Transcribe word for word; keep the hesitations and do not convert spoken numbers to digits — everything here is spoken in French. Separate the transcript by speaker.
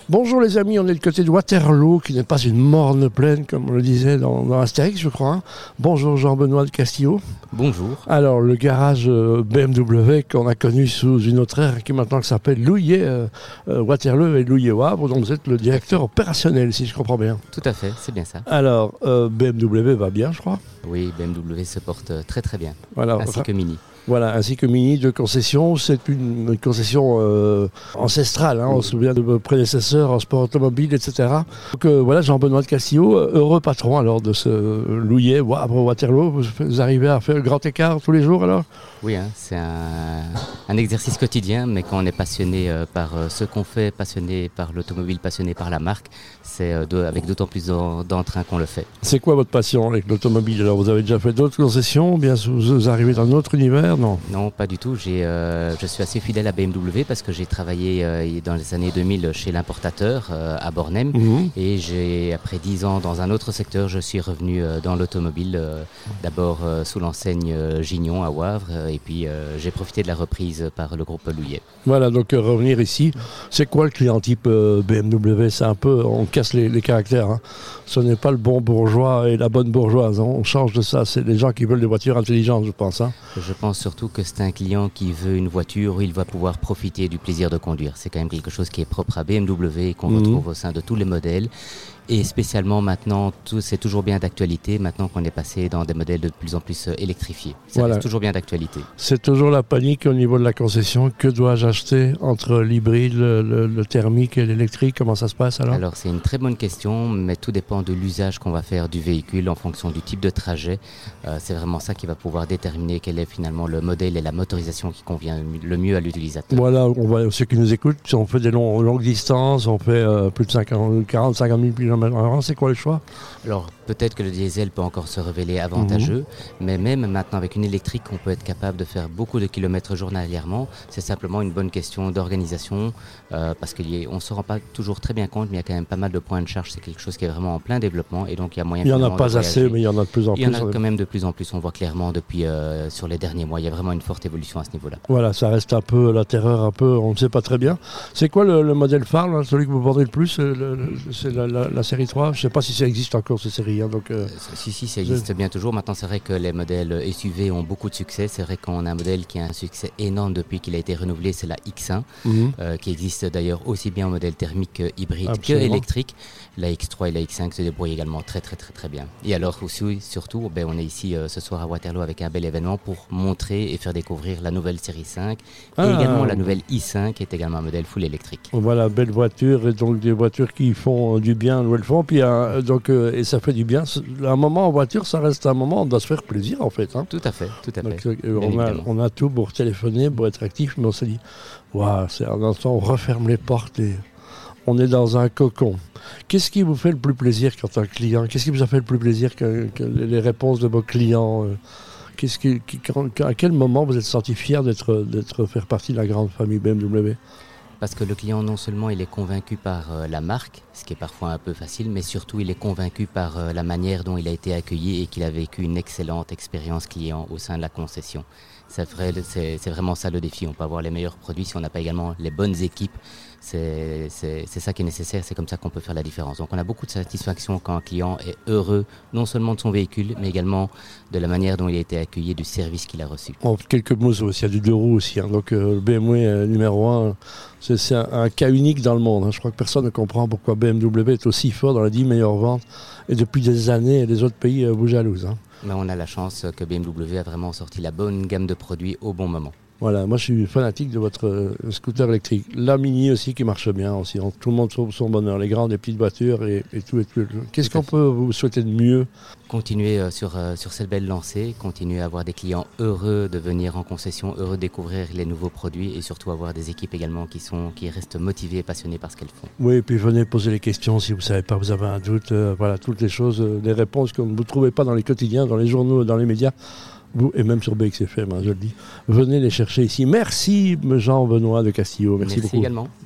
Speaker 1: Bonjour les amis, on est du côté de Waterloo, qui n'est pas une morne plaine, comme on le disait dans, dans Astérix, je crois. Hein. Bonjour Jean-Benoît de Castillo.
Speaker 2: Bonjour.
Speaker 1: Alors, le garage euh, B M W qu'on a connu sous une autre ère, qui maintenant s'appelle Louillet euh, euh, Waterloo et Louillet Wavre, dont vous êtes le directeur opérationnel, si je comprends bien.
Speaker 2: Tout à fait, c'est bien ça.
Speaker 1: Alors, euh, B M W va bien, je crois.
Speaker 2: Oui, B M W se porte très très bien,
Speaker 1: voilà,
Speaker 2: ainsi
Speaker 1: enfin,
Speaker 2: que Mini.
Speaker 1: Voilà, ainsi que Mini de concession. C'est une concession euh, ancestrale. Hein, on se souvient de vos prédécesseurs en sport automobile, et cetera. Donc euh, voilà, Jean-Benoît de Castillo, heureux patron alors de ce Louillet, Wavre, Waterloo. Vous, vous arrivez à faire le grand écart tous les jours alors ?
Speaker 2: Oui, hein, c'est un, un exercice quotidien, mais quand on est passionné euh, par euh, ce qu'on fait, passionné par l'automobile, passionné par la marque, c'est euh, de, avec d'autant plus d'entrain qu'on le fait.
Speaker 1: C'est quoi votre passion avec l'automobile ? Alors vous avez déjà fait d'autres concessions, bien vous arrivez dans un autre univers ? Non,
Speaker 2: non, pas du tout. J'ai, euh, je suis assez fidèle à B M W parce que j'ai travaillé euh, dans les années deux mille chez l'importateur euh, à Bornem. Mmh. Et j'ai, après dix ans dans un autre secteur, je suis revenu euh, dans l'automobile, euh, d'abord euh, sous l'enseigne euh, Gignon à Wavre. Euh, et puis euh, j'ai profité de la reprise par le groupe Louillet.
Speaker 1: Voilà, donc euh, revenir ici, c'est quoi le client type euh, B M W ? C'est un peu, on casse les, les caractères. Hein. Ce n'est pas le bon bourgeois et la bonne bourgeoise. Hein. On change de ça. C'est les gens qui veulent des voitures intelligentes, je pense. Hein.
Speaker 2: Je pense surtout que c'est un client qui veut une voiture où il va pouvoir profiter du plaisir de conduire. C'est quand même quelque chose qui est propre à B M W et qu'on mmh. retrouve au sein de tous les modèles. Et spécialement maintenant, tout, c'est toujours bien d'actualité, maintenant qu'on est passé dans des modèles de plus en plus électrifiés. Ça voilà. reste toujours bien d'actualité.
Speaker 1: C'est toujours la panique au niveau de la concession. Que dois-je acheter entre l'hybride, le, le, le thermique et l'électrique ? Comment ça se passe alors ?
Speaker 2: Alors c'est une très bonne question, mais tout dépend de l'usage qu'on va faire du véhicule en fonction du type de trajet. Euh, c'est vraiment ça qui va pouvoir déterminer quel est finalement le modèle et la motorisation qui convient le mieux à l'utilisateur.
Speaker 1: Voilà, on va, ceux qui nous écoutent, si on fait des longs, longues distances, on fait euh, plus de cinquante, quarante, cinquante mille kilomètres. Alors, c'est quoi le choix ?
Speaker 2: Alors, peut-être que le diesel peut encore se révéler avantageux, mmh. mais même maintenant avec une électrique, on peut être capable de faire beaucoup de kilomètres journalièrement. C'est simplement une bonne question d'organisation, euh, parce qu'on ne se rend pas toujours très bien compte, mais il y a quand même pas mal de points de charge. C'est quelque chose qui est vraiment en plein développement, et donc il y a moyen.
Speaker 1: Il n'y en a pas assez, mais il y en a de plus en plus.
Speaker 2: Il y en a quand même de plus en plus. On voit clairement depuis euh, sur les derniers mois, il y a vraiment une forte évolution à ce niveau-là.
Speaker 1: Voilà, ça reste un peu la terreur, un peu, on ne sait pas très bien. C'est quoi le, le modèle phare, là, celui que vous vendez le plus ? le, le, C'est la, la, la série trois. Je ne sais pas si ça existe encore, ces séries. Hein, donc, euh,
Speaker 2: si, si, ça existe je... bien toujours. Maintenant, c'est vrai que les modèles S U V ont beaucoup de succès. C'est vrai qu'on a un modèle qui a un succès énorme depuis qu'il a été renouvelé, c'est la X un, mm-hmm. euh, qui existe d'ailleurs aussi bien en modèle thermique que hybride Absolument. que électrique. La X trois et la X cinq se débrouillent également très très très très bien. Et alors aussi, surtout, ben, on est ici euh, ce soir à Waterloo avec un bel événement pour montrer et faire découvrir la nouvelle série cinq ah, et également la nouvelle i cinq qui est également un modèle full électrique.
Speaker 1: Voilà, belle voiture et donc des voitures qui font du bien où elles font. Puis, euh, donc, euh, et ça fait du bien. Un moment en voiture, ça reste un moment où on doit se faire plaisir en fait. Hein.
Speaker 2: Tout à fait, tout à
Speaker 1: donc,
Speaker 2: fait.
Speaker 1: Euh, on, a, on a tout pour téléphoner, pour être actif, mais on se dit, waouh, c'est un instant, on referme les portes et on est dans un cocon. Qu'est-ce qui vous fait le plus plaisir quand un client ? Qu'est-ce qui vous a fait le plus plaisir que, que les réponses de vos clients ? Qu'est-ce qui, qui, quand, à quel moment vous êtes senti fier d'être, d'être faire partie de la grande famille B M W ?
Speaker 2: Parce que le client, non seulement il est convaincu par euh, la marque, ce qui est parfois un peu facile, mais surtout il est convaincu par euh, la manière dont il a été accueilli et qu'il a vécu une excellente expérience client au sein de la concession. C'est, vrai, c'est, c'est vraiment ça le défi. On peut avoir les meilleurs produits si on n'a pas également les bonnes équipes. C'est, c'est, c'est ça qui est nécessaire, c'est comme ça qu'on peut faire la différence. Donc on a beaucoup de satisfaction quand un client est heureux, non seulement de son véhicule, mais également de la manière dont il a été accueilli, du service qu'il a reçu.
Speaker 1: En quelques mots aussi, il y a du deux roues aussi. Hein. Donc euh, le B M W euh, numéro un, c'est, c'est un, un cas unique dans le monde. Hein. Je crois que personne ne comprend pourquoi B M W est aussi fort dans les dix meilleures ventes. Et depuis des années, les autres pays euh, vous jalousent. Hein.
Speaker 2: Mais on a la chance que B M W a vraiment sorti la bonne gamme de produits au bon moment.
Speaker 1: Voilà, moi je suis fanatique de votre euh, scooter électrique. La Mini aussi qui marche bien aussi. On, tout le monde trouve son bonheur, les grandes, les petites voitures et, et tout, et tout. Qu'est-ce qu'on peut vous souhaiter de mieux ?
Speaker 2: Continuer euh, sur, euh, sur cette belle lancée, continuer à avoir des clients heureux de venir en concession, heureux de découvrir les nouveaux produits et surtout avoir des équipes également qui, sont, qui restent motivées et passionnées par ce qu'elles font.
Speaker 1: Oui, et puis venez poser les questions si vous ne savez pas, vous avez un doute. Euh, voilà, toutes les choses, euh, les réponses que vous ne trouvez pas dans les quotidiens, dans les journaux, dans les médias. Vous, et même sur B X F M, hein, je le dis. Venez les chercher ici. Merci Jean-Benoît de Castillo. Merci, Merci beaucoup.
Speaker 2: également.